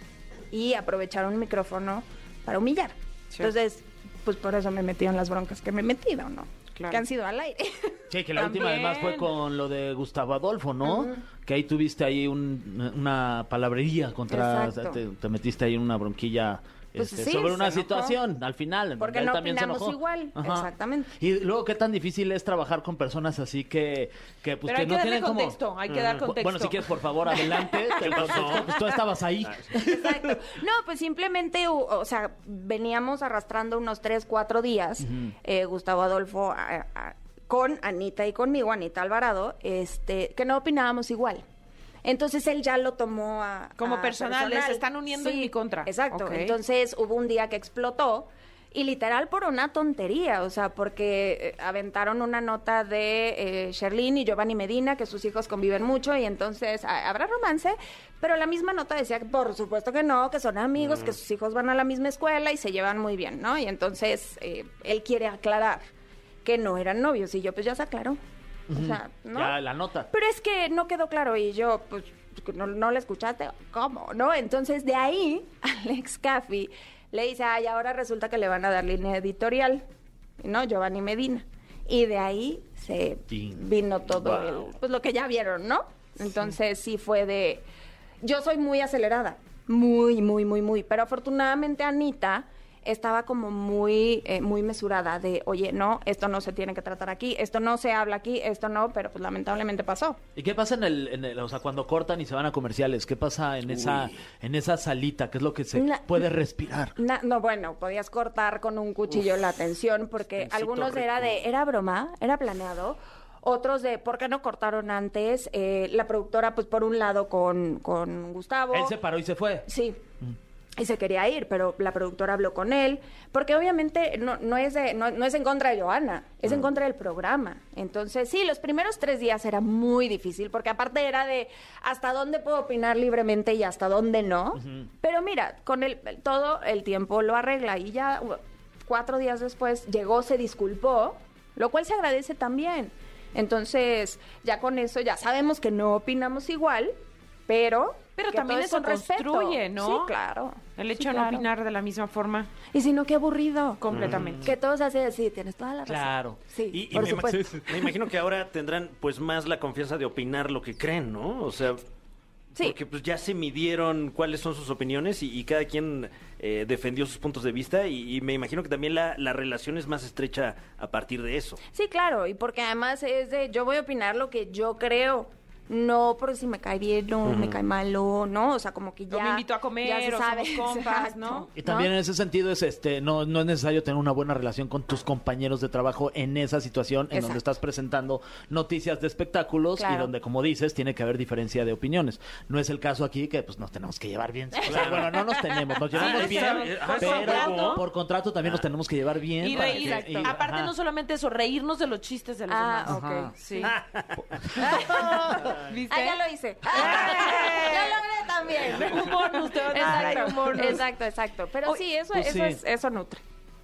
y aprovechar un micrófono para humillar. Sí. Entonces, pues por eso me metí en las broncas que me he metido, ¿no? Claro. Que han sido al aire. Sí, que la última También. además fue con lo de Gustavo Adolfo, ¿no? Que ahí tuviste ahí un- una palabrería contra... Exacto. Te, te metiste ahí en una bronquilla Pues este, sí, sobre se una enojó. situación, al final. en Porque donde él no también se opinamos enojó. igual, exactamente. Y luego, ¿qué tan difícil es trabajar con personas así que, que pues Pero que hay no que darle tienen como... contexto, hay que dar Bu- contexto. Bueno, si quieres, por favor, adelante. El contexto, pues tú estabas ahí. Exacto. No, pues simplemente, u- o sea, veníamos arrastrando unos tres, cuatro días, eh, Gustavo Adolfo a- a- con Anita y conmigo, Anita Alvarado, este, que no opinábamos igual. Entonces él ya lo tomó a Como a personal, les están uniendo en mi contra. Exacto. Ok. Entonces hubo un día que explotó y literal por una tontería, o sea, porque eh, aventaron una nota de eh, Sherlyn y Giovanni Medina, que sus hijos conviven mucho y entonces ah, habrá romance, pero la misma nota decía que por supuesto que no, que son amigos, que sus hijos van a la misma escuela y se llevan muy bien, ¿no? Y entonces eh, él quiere aclarar que no eran novios y yo pues ya se aclaró. O sea, ¿no? Ya la nota. Pero es que no quedó claro y yo, pues, no, no la escuchaste, ¿cómo? ¿No? Entonces, de ahí, Alex Caffey le dice, ay, ahora resulta que le van a dar línea editorial, ¿no? Giovanni Medina. Y de ahí se Tin. vino todo Wow. el, pues lo que ya vieron, ¿no? Entonces, sí fue de... Yo soy muy acelerada, muy, muy, muy, muy. Pero afortunadamente Anita estaba como muy, eh, muy mesurada de, oye, no, esto no se tiene que tratar aquí, esto no se habla aquí, esto no, pero pues lamentablemente pasó. ¿Y qué pasa en el, en el- o sea, cuando cortan y se van a comerciales? ¿Qué pasa en esa, en esa salita? ¿Qué es lo que se Na- puede respirar? Na- no, bueno, podías cortar con un cuchillo la atención porque pancito algunos era rico. de, era broma, era planeado. Otros de, ¿por qué no cortaron antes? Eh, la productora, pues por un lado con, con Gustavo. Él se paró y se fue. Sí. Y se quería ir, pero la productora habló con él, porque obviamente no, no, es, de, no, no es en contra de Joana, es en contra del programa. Entonces, sí, los primeros tres días era muy difícil, porque aparte era de hasta dónde puedo opinar libremente y hasta dónde no. Pero mira, con el, todo el tiempo lo arregla y ya uh, cuatro días después llegó, se disculpó, lo cual se agradece también. Entonces, ya con eso ya sabemos que no opinamos igual, pero... Pero que también todo es eso con respeto. construye, ¿no? Sí, claro. El hecho Sí, de no claro. opinar de la misma forma, Y si no, qué aburrido. completamente. Que todos hacen así, tienes toda la razón. Claro. Sí, Y, y por me, ima- supuesto. me imagino que ahora tendrán pues más la confianza de opinar lo que creen, ¿no? O sea, Sí. porque pues ya se midieron cuáles son sus opiniones y, y cada quien eh, defendió sus puntos de vista y, y me imagino que también la, la relación es más estrecha a partir de eso. Sí, claro, y porque además es de, yo voy a opinar lo que yo creo. No por si me cae bien o me cae mal o no, o sea, como que ya... O me invito a comer, ya se o sabe. somos compas, Exacto. ¿no? Y también en ese sentido es este no no es necesario tener una buena relación con tus compañeros de trabajo en esa situación en Exacto. donde estás presentando noticias de espectáculos y Claro. donde, como dices, tiene que haber diferencia de opiniones. No es el caso aquí que pues nos tenemos que llevar bien. O sea, bueno, no nos tenemos, nos llevamos Sí, bien, pero- Ah, pero contrato. por contrato también nos tenemos que llevar bien. Y para reír. que- Exacto. y- Aparte, ajá. no solamente eso, reírnos de los chistes de los Ah, demás. ok. Ajá. Sí. ¿Viste? Ah, ya lo hice. lo logré también. Un bonus, te van a dar ahí un Exacto, bonus. exacto, exacto. Pero Oye, sí, eso, pues eso, sí. es, eso nutre.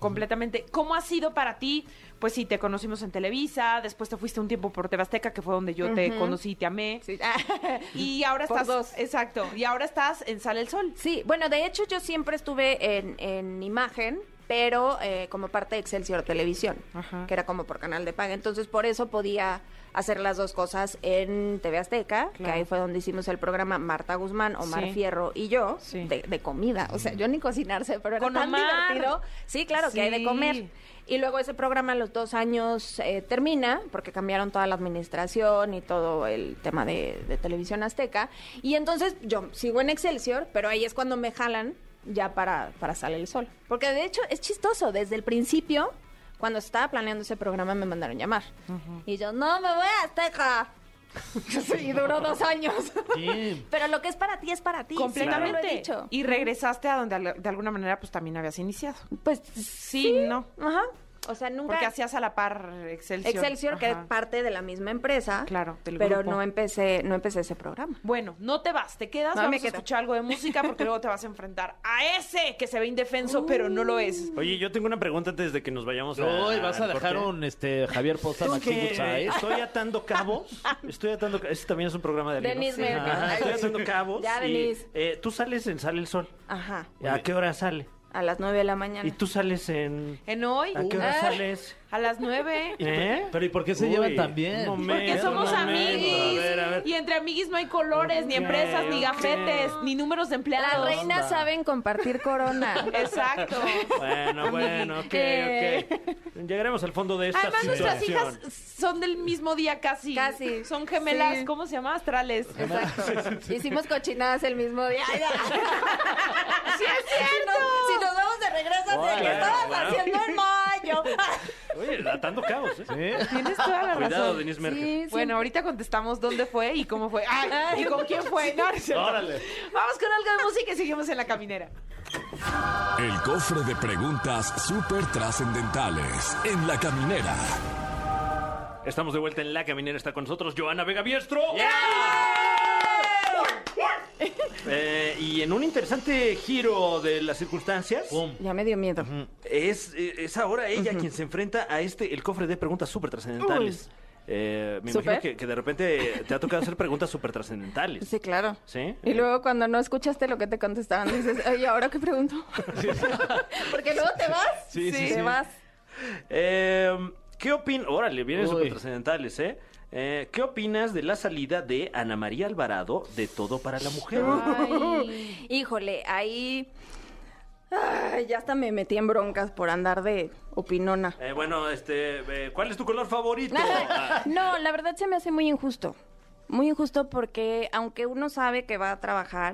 completamente. ¿Cómo ha sido para ti? Pues sí, te conocimos en Televisa, después te fuiste un tiempo por T V Azteca, que fue donde yo te Ujú. conocí y te amé. Sí. Y ahora Por estás... dos. Exacto. Y ahora estás en Sale el Sol. Sí, bueno, de hecho yo siempre estuve en, en imagen, pero eh, como parte de Excelsior Televisión, Ajá. que era como por canal de paga. Entonces, por eso podía hacer las dos cosas en T V Azteca, que Claro. ahí fue donde hicimos el programa Marta Guzmán, Omar Sí. Fierro y yo, Sí. de, de comida. O sea, yo ni cocinarse, pero era Con tan Omar. divertido. Sí, claro, que hay de Sí. comer. Y luego ese programa a los dos años eh, termina, porque cambiaron toda la administración y todo el tema de, de Televisión Azteca. Y entonces yo sigo en Excelsior, pero ahí es cuando me jalan ya para, para Sale el Sol. Porque de hecho es chistoso, desde el principio, cuando estaba planeando ese programa me mandaron llamar. Y yo, no, me voy a Azteca. Y duró dos años. Sí. Pero lo que es para ti es para ti. siempre lo he Completamente. dicho. Y regresaste a donde al- de alguna manera pues también habías iniciado. Pues Sí, ¿no? Ajá. O sea, nunca... Porque hacías a la par Excelsior. Excelsior, que es Ajá. parte de la misma empresa. Claro, del Pero grupo. no empecé, no empecé ese programa. Bueno, no te vas, te quedas, No, vamos me a quedo. escuchar algo de música porque luego te vas a enfrentar a ese que se ve indefenso, pero no lo es. Oye, yo tengo una pregunta antes de que nos vayamos a... Hoy vas a al dejar corte. un este Javier Postan Es aquí que Woodside. eh, estoy atando cabos. Estoy atando... ca- Ese también es un programa de alguien, ¿no? Denise Merkel. Ajá, estoy atando cabos. Ya, y, Denise. eh, tú sales en Sale el Sol. Ajá. ¿A qué hora sale? A las nueve de la mañana. Y tú sales en... En hoy, ¿A qué hora Ah. sales? a las nueve, ¿Eh? Pero ¿y por qué se Uy, llevan tan bien? un momento, porque somos un momento. amiguis. A ver, a ver. Y entre amiguis no hay colores, ni Ok, empresas, ni ok. gafetes, ni números de Las empleados. reinas saben compartir corona. Exacto. Bueno, bueno, ok, Eh. ok. Llegaremos al fondo de esta Además, nuestras situación. hijas son del mismo día casi. Casi. Son gemelas, Sí. ¿cómo se llama? Astrales. Exacto. Hicimos cochinadas el mismo día. Ay, ya. ¡Sí es Si cierto! nos, si nos vamos de regreso, ¿qué Órale, estabas bueno. haciendo en mayo? Oye, atando cabos, ¿eh? Tienes toda la Cuidado, razón. Denise Merkel. Sí, sí. Bueno, ahorita contestamos dónde fue y cómo fue. ¡Ay! ¿Y con quién fue? No, no es cierto. Órale. Vamos con algo de música y seguimos en La Caminera. El cofre de preguntas súper trascendentales en La Caminera. Estamos de vuelta en La Caminera. Está con nosotros Johanna Vega Biestro. Eh, y en un interesante giro de las circunstancias, Pum. Ya me dio miedo. es, eh, es ahora ella quien se enfrenta a este, el cofre de preguntas súper trascendentales. Eh, me ¿Súper? imagino que, que de repente te ha tocado hacer preguntas súper trascendentales. Sí, claro. ¿Sí? Y luego cuando no escuchaste lo que te contestaban, dices, oye, ¿ahora qué pregunto? Porque luego te vas. Sí, sí, Te sí. vas. Eh, ¿Qué opinas? Órale, vienen Uy. súper trascendentales, ¿eh? Eh, ¿Qué opinas de la salida de Ana María Alvarado de Todo para la Mujer? Ay. Híjole, ahí... Ay, ya hasta me metí en broncas por andar de opinona. Eh, bueno, este, eh, ¿cuál es tu color favorito? Ah, No, la verdad se me hace muy injusto. Muy injusto porque aunque uno sabe que va a trabajar,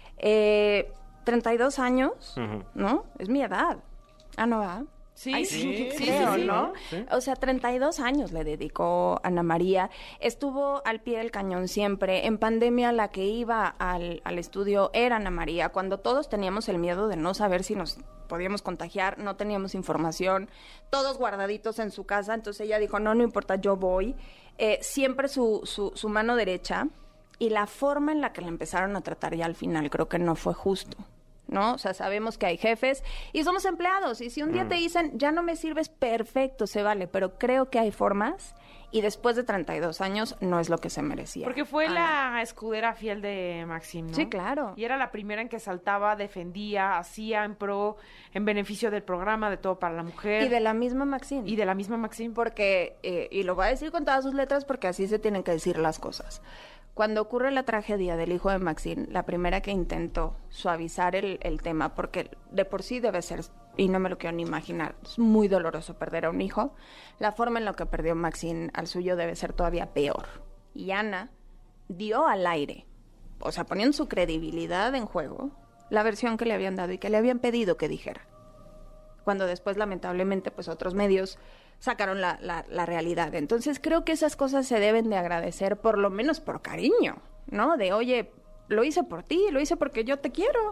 eh, treinta y dos años, Ujú. ¿no? Es mi edad. Ah, ¿no va? Sí, Ay, sí, sí, creo, sí, sí. ¿no? Sí. O sea, treinta y dos años le dedicó Ana María. Estuvo al pie del cañón siempre. En pandemia la que iba al, al estudio era Ana María. Cuando todos teníamos el miedo de no saber si nos podíamos contagiar, no teníamos información, todos guardaditos en su casa. Entonces ella dijo, no, no importa, yo voy. Eh, siempre su, su, su mano derecha. Y la forma en la que la empezaron a tratar ya al final creo que no fue justo. ¿No? O sea, sabemos que hay jefes y somos empleados. Y si un día te dicen, ya no me sirves, perfecto, se vale. Pero creo que hay formas y después de treinta y dos años no es lo que se merecía. Porque fue Ana. la escudera fiel de Maxim, ¿no? Sí, claro. Y era la primera en que saltaba, defendía, hacía en pro, en beneficio del programa de Todo para la Mujer. Y de la misma Maxine. Y de la misma Maxim. Porque, eh, y lo voy a decir con todas sus letras porque así se tienen que decir las cosas. Cuando ocurre la tragedia del hijo de Maxine, la primera que intentó suavizar el, el tema, porque de por sí debe ser, y no me lo quiero ni imaginar, es muy doloroso perder a un hijo, la forma en la que perdió Maxine al suyo debe ser todavía peor. Y Ana dio al aire, o sea, poniendo su credibilidad en juego, la versión que le habían dado y que le habían pedido que dijera. Cuando después, lamentablemente, pues otros medios sacaron la, la, la realidad. Entonces, creo que esas cosas se deben de agradecer, por lo menos por cariño, ¿no? De, oye, lo hice por ti, lo hice porque yo te quiero.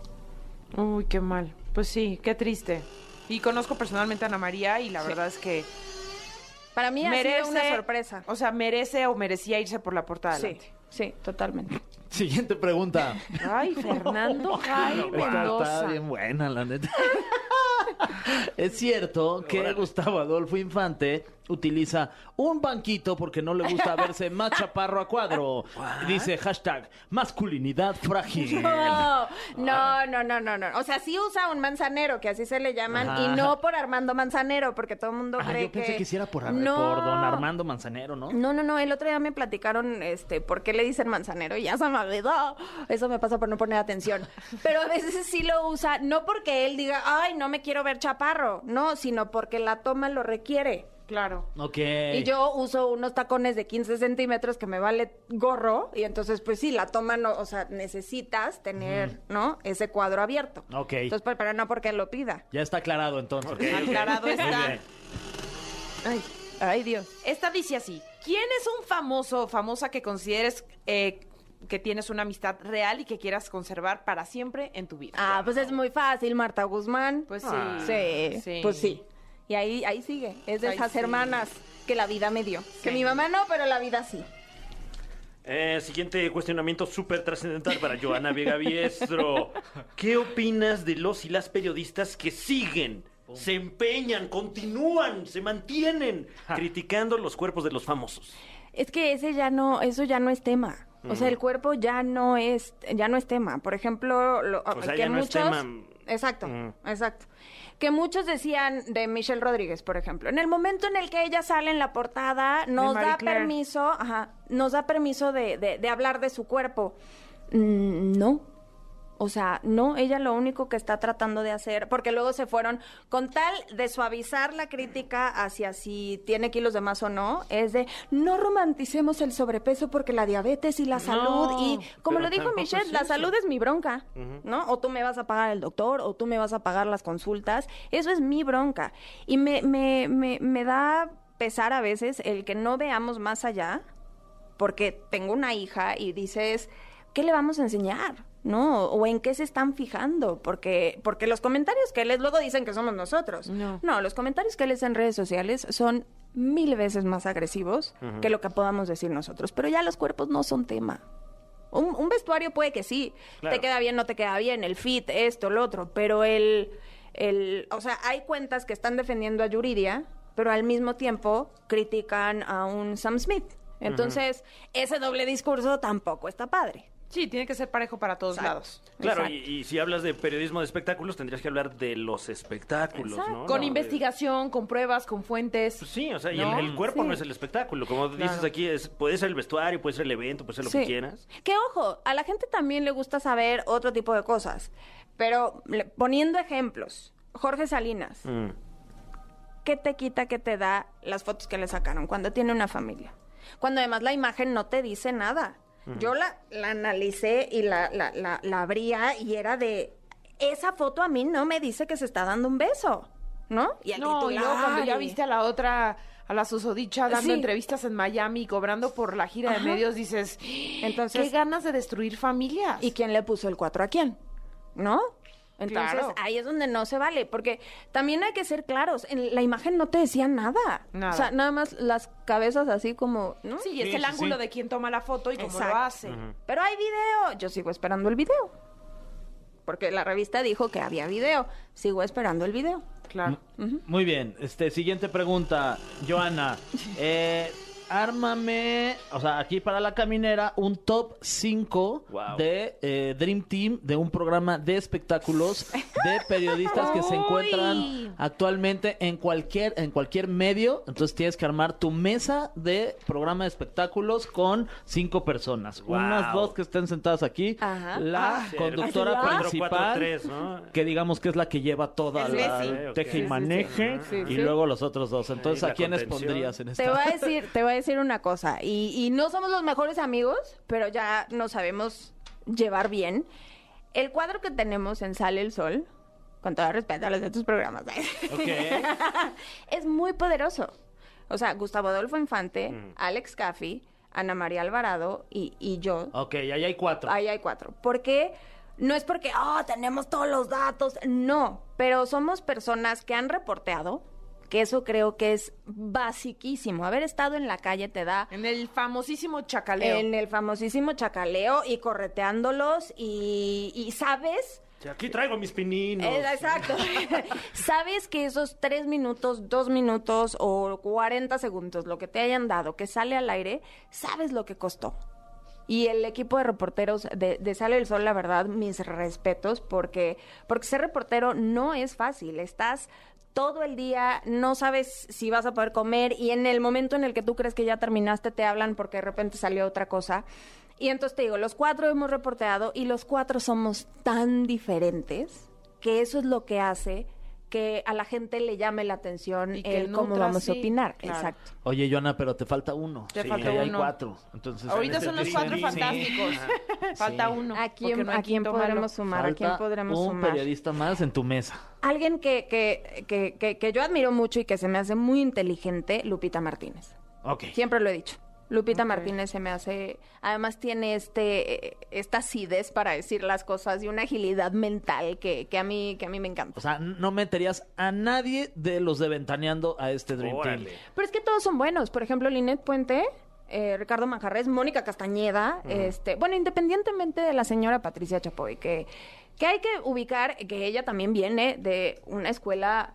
Uy, qué mal. Pues sí, qué triste. Y conozco personalmente a Ana María y la verdad es que Para mí ha merece sido una sorpresa. O sea, merece o merecía irse por la puerta de Sí, adelante. sí, totalmente. Siguiente pregunta. Ay, Fernando Jaime Esta Mendoza. está bien buena, la neta. Es cierto que Órale. Gustavo Adolfo Infante utiliza un banquito porque no le gusta verse más chaparro a cuadro. Dice hashtag masculinidad frágil. No, no, no, no, no, no. O sea, sí usa un manzanero, que así se le llaman, Ajá. y no por Armando Manzanero, porque todo el mundo Ah, cree yo pensé que... que hiciera por, Ar- No. por don Armando Manzanero, ¿no? No, no, no, el otro día me platicaron este, por qué le dicen manzanero y ya se me olvidó. Eso me pasa por no poner atención. Pero a veces sí lo usa, no porque él diga, ay, no me quiero ver chaparro, no, sino porque la toma lo requiere. Claro. Ok. Y yo uso unos tacones de quince centímetros que me vale gorro, y entonces, pues sí, la toma, no, o sea, necesitas tener, ¿no? Ese cuadro abierto. Ok. Entonces, pues, pero no porque él lo pida. Ya está aclarado entonces. Ok, ok. Aclarado Muy está. bien. Ay, ay, Dios. Esta dice así: ¿quién es un famoso o famosa que consideres eh, que tienes una amistad real y que quieras conservar para siempre en tu vida? Ah, pues es muy fácil, Marta Guzmán. Pues sí. Ah. Sí, Sí. pues sí. Y ahí, ahí sigue. Es de Ahí esas sí. hermanas que la vida me dio. Que Sí. mi mamá no, pero la vida sí. Eh, siguiente cuestionamiento súper trascendental para Joana Vega Biestro. ¿Qué opinas de los y las periodistas que siguen, se empeñan, continúan, se mantienen criticando los cuerpos de los famosos? Es que ese ya no, eso ya no es tema. O sea, el cuerpo ya no es, ya no es tema. Por ejemplo, lo, O sea, que ya no es muchos, tema. exacto, Mm. exacto. Que muchos decían de Michelle Rodríguez, por ejemplo. En el momento en el que ella sale en la portada, nos Marie da Claire. permiso, ajá, nos da permiso de, de, de hablar de su cuerpo. Mm, no. O sea, no, ella lo único que está tratando de hacer, porque luego se fueron, con tal de suavizar la crítica hacia si tiene kilos de más o no, es de no romanticemos el sobrepeso porque la diabetes y la salud, y como pero lo dijo tampoco Michelle, es la eso. salud es mi bronca, ¿no? O tú me vas a pagar el doctor, o tú me vas a pagar las consultas, eso es mi bronca. Y me, me, me, me da pesar a veces el que no veamos más allá, porque tengo una hija y dices, ¿qué le vamos a enseñar? ¿No? O en qué se están fijando, porque, porque los comentarios que lees luego dicen que somos nosotros. No. los comentarios que lees en redes sociales son mil veces más agresivos que lo que podamos decir nosotros, pero ya los cuerpos no son tema. Un, un vestuario puede que sí, Claro. te queda bien, no te queda bien, el fit, esto, lo otro, pero el, el, o sea, hay cuentas que están defendiendo a Yuridia, pero al mismo tiempo critican a un Sam Smith. Entonces, ese doble discurso tampoco está padre. Sí, tiene que ser parejo para todos Exacto. lados. Claro, Exacto. y, y si hablas de periodismo de espectáculos, tendrías que hablar de los espectáculos, Exacto. ¿no? Con No, de- investigación, con pruebas, con fuentes. Pues sí, o sea, y ¿No? el, el cuerpo Sí. no es el espectáculo. Como dices Claro. aquí, es, puede ser el vestuario, puede ser el evento, puede ser lo Sí. que quieras. Que ojo, a la gente también le gusta saber otro tipo de cosas. Pero le- poniendo ejemplos, Jorge Salinas, Mm. ¿qué te quita, qué te da las fotos que le sacaron cuando tiene una familia? Cuando además la imagen no te dice nada. Yo la, la analicé y la, la, la, la abría y era de, esa foto a mí no me dice que se está dando un beso, ¿no? Y el No, y titular, luego cuando ya y- viste a la otra, a la susodicha dando Sí. entrevistas en Miami y cobrando por la gira de Ajá. medios, dices, Entonces- qué ganas de destruir familias. ¿Y quién le puso el cuatro a quién? ¿No? Entonces, Claro. ahí es donde no se vale, porque también hay que ser claros, en la imagen no te decía nada. Nada. O sea, nada más las cabezas así como, ¿no? Sí, y es Sí, el sí, ángulo sí. de quién toma la foto y cómo Exacto. lo hace. Pero hay video, yo sigo esperando el video. Porque la revista dijo que había video, sigo esperando el video. Claro. Muy bien, este siguiente pregunta, Joana. Eh, ármame, o sea, aquí para la caminera, un top cinco Wow. de eh, Dream Team, de un programa de espectáculos de periodistas que se Uy. encuentran actualmente en cualquier, en cualquier medio. Entonces tienes que armar tu mesa de programa de espectáculos con cinco personas. Wow. Unas dos que estén sentadas aquí, Ajá. la Ah. conductora ¿Ah? cuatro, principal, cuatro, tres, ¿no? que digamos que es la que lleva toda Es la Bessie. Ok, teje y ok. maneje, Sí, sí, y sí. luego los otros dos. Entonces, Ahí ¿a la quiénes contención. pondrías en esta? Te voy a decir, te voy a decir una cosa, y, y no somos los mejores amigos, pero ya nos sabemos llevar bien. El cuadro que tenemos en Sale el Sol, con todo respeto a los de tus programas, Ok. es muy poderoso. O sea, Gustavo Adolfo Infante, Alex Caffi, Ana María Alvarado y, y yo. Ok, ahí hay cuatro. Ahí hay cuatro. Porque no es porque, oh, tenemos todos los datos. No, pero somos personas que han reporteado, que eso creo que es basiquísimo. Haber estado en la calle te da En el famosísimo chacaleo. en el famosísimo chacaleo y correteándolos y, y sabes Aquí traigo mis pininos. Eh, exacto. Sabes que esos tres minutos, dos minutos o cuarenta segundos, lo que te hayan dado, que sale al aire, sabes lo que costó. Y el equipo de reporteros de, de Sale el Sol, la verdad, mis respetos, porque, porque ser reportero no es fácil. Estás todo el día, no sabes si vas a poder comer, y en el momento en el que tú crees que ya terminaste, te hablan porque de repente salió otra cosa. Y entonces te digo, los cuatro hemos reporteado y los cuatro somos tan diferentes que eso es lo que hace que a la gente le llame la atención Y que el cómo nutra, vamos a sí, opinar. claro. Exacto. Oye, Joana, pero te falta uno. Te Sí, falta que hay uno. cuatro. Entonces, Ahorita en son los este cuatro trimestre- fantásticos. Falta uno. ¿A quién, porque no hay a quién quinto malo. podremos sumar? ¿A quién Falta podremos un sumar? periodista más en tu mesa. Alguien que, que, que, que, que yo admiro mucho y que se me hace muy inteligente, Lupita Martínez. Ok. Siempre lo he dicho. Lupita Ok. Martínez se me hace... Además tiene este eh, esta acidez para decir las cosas y una agilidad mental que, que, a, mí, que a mí me encanta. O sea, no meterías a nadie de los de Ventaneando a este Dream Team. Órale. Pero es que todos son buenos. Por ejemplo, Linet Puente, eh, Ricardo Manjarres, Mónica Castañeda. este Bueno, independientemente de la señora Patricia Chapoy, que, que hay que ubicar que ella también viene de una escuela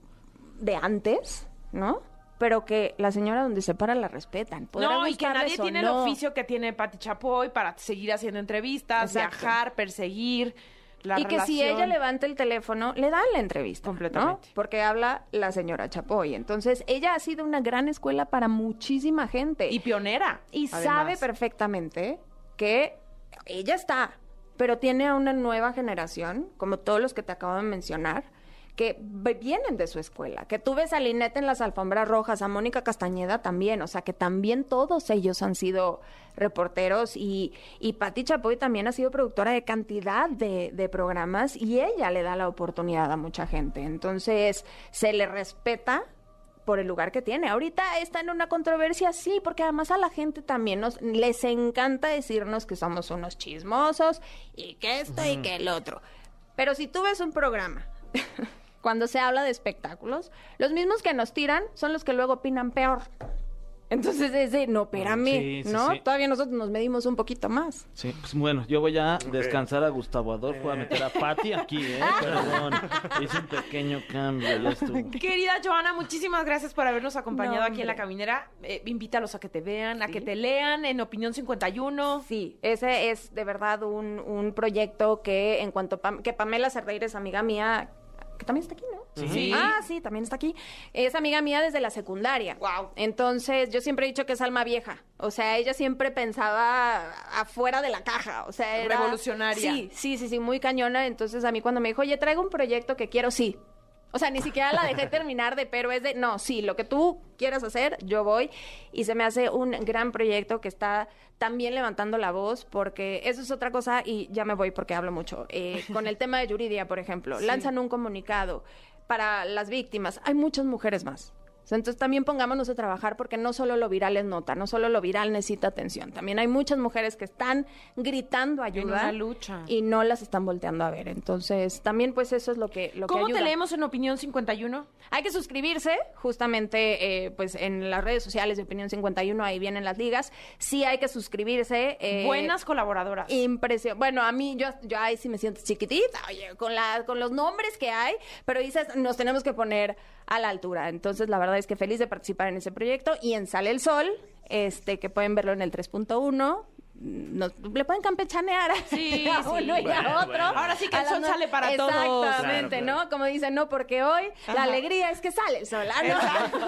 de antes, ¿no? Pero que la señora donde se para la respetan. Podrá No, y que gustarles nadie o tiene no. el oficio que tiene Pati Chapoy para seguir haciendo entrevistas, Exacto. viajar, perseguir la Y que si relación. ella levanta el teléfono, le dan la entrevista. Completamente. ¿no? Porque habla la señora Chapoy. Entonces, ella ha sido una gran escuela para muchísima gente. Y pionera. Y además. sabe perfectamente que ella está, pero tiene a una nueva generación, como todos los que te acabo de mencionar, que v- vienen de su escuela. Que tú ves a Linet en las alfombras rojas, a Mónica Castañeda también, o sea, que también todos ellos han sido reporteros y, y Pati Chapoy también ha sido productora de cantidad de, de programas y ella le da la oportunidad a mucha gente. Entonces, se le respeta por el lugar que tiene. Ahorita está en una controversia, sí, porque además a la gente también nos les encanta decirnos que somos unos chismosos y que esto y que el otro. Pero si tú ves un programa cuando se habla de espectáculos, los mismos que nos tiran son los que luego opinan peor. Entonces es de, no, espérame, Sí, sí, ¿no? sí. Todavía nosotros nos medimos un poquito más. Sí, pues bueno, yo voy a descansar a Gustavo Adolfo, voy a meter a Pati aquí, ¿eh? Perdón, hice un pequeño cambio, ya estuvo. Querida Joana, muchísimas gracias por habernos acompañado No, aquí en La hombre. Caminera. Eh, invítalos a que te vean, a que te lean en Opinión cincuenta y uno. Sí, ese es de verdad un, un proyecto que en cuanto Pam- que Pamela Cerdeira es amiga mía, que también está aquí, ¿no? Sí. Ah, sí, también está aquí. Es amiga mía desde la secundaria. Wow. Entonces, yo siempre he dicho que es alma vieja. O sea, ella siempre pensaba afuera de la caja. O sea, era... Revolucionaria. Sí, sí, sí, sí, muy cañona. Entonces, a mí cuando me dijo, oye, traigo un proyecto que quiero, sí. O sea, ni siquiera la dejé terminar de, pero es de, no, sí, lo que tú quieras hacer, yo voy. Y se me hace un gran proyecto que está también levantando la voz, porque eso es otra cosa, y ya me voy porque hablo mucho. Eh, con el tema de Yuridia, por ejemplo, Sí. lanzan un comunicado para las víctimas. Hay muchas mujeres más. O sea, entonces también pongámonos a trabajar porque no solo lo viral es nota, no solo lo viral necesita atención. También hay muchas mujeres que están gritando ayuda una lucha. y no las están volteando a ver. Entonces, también pues eso es lo que lo que ¿Cómo te ayuda. leemos en Opinión cincuenta y uno? Hay que suscribirse, justamente, eh, pues en las redes sociales de Opinión cincuenta y uno, ahí vienen las ligas. Sí hay que suscribirse. eh, Buenas colaboradoras. Impresión. Bueno, a mí, yo, yo ahí sí me siento chiquitita, oye, con, la, con los nombres que hay, pero dices, nos tenemos que poner a la altura. Entonces, la verdad es que feliz de participar en ese proyecto. Y en Sale el Sol, este, que pueden verlo en el tres punto uno. Nos, le pueden campechanear Sí, a sí. uno y Bueno, a otro. bueno. Ahora sí que A el las sol no- sale para todos. Exactamente, Claro, ¿no? claro. Como dicen, no, porque hoy la alegría es que sale el sol. Ah, no.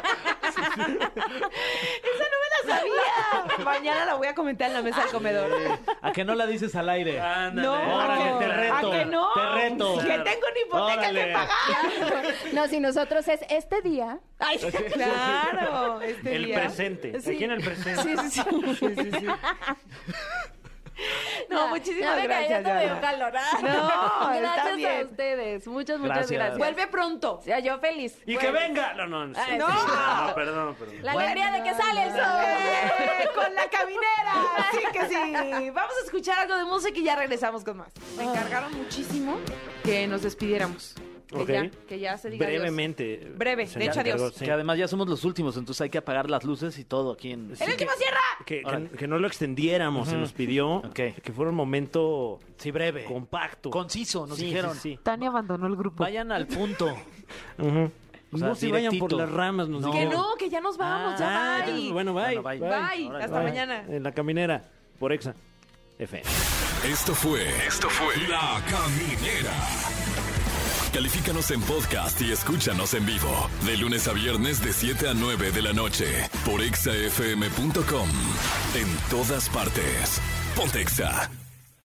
¡Esa no me la sabía! Mañana la voy a comentar en la mesa del comedor. ¿A que no la dices al aire? Ándale. No, Órale, te reto, ¿a que no? te reto. Que tengo una hipoteca Órale. que pagar. No, si nosotros es este día. Ay, Claro, este El día. presente. Sí. Aquí en el presente. sí, sí, sí. Sí, sí, sí. No, Ya, muchísimas ya me caí, gracias. ya te Diana. veo calor. ¿ah? No, está gracias bien. a ustedes. Muchas, muchas Gracias. gracias. Vuelve pronto. O sea, yo feliz. Y que venga. No, no, no. Ay, no. No, perdón, perdón. La alegría de que sale el sol. ¡Eh! Con la caminera. Sí que sí. Vamos a escuchar algo de música y ya regresamos con más. Me encargaron muchísimo que nos despidiéramos. Que, Ok. ya, que ya se diga adiós. Brevemente. Breve, se de hecho, encargó, adiós. sí. Que además ya somos los últimos, entonces hay que apagar las luces y todo aquí en... Sí, ¡El último que- cierra! Que, Órale. que, que no lo extendiéramos, se nos pidió. Ok. Que fuera un momento Sí, breve. compacto. Conciso, nos Sí, dijeron. sí, sí. Tania abandonó el grupo. Vayan al punto. Ujú. O sea, no se vayan por directito. las ramas, nos No. Que dijeron. no, que ya nos vamos, Ah, ya ya, bye. bueno, bye. Bueno, bye. Bye, Órale, hasta bye. mañana. En la caminera, por Exa F M. Esto fue. Esto fue. La Caminera. Califícanos en podcast y escúchanos en vivo. De lunes a viernes, de siete a nueve de la noche. Por exa f m punto com. En todas partes. Ponte Exa.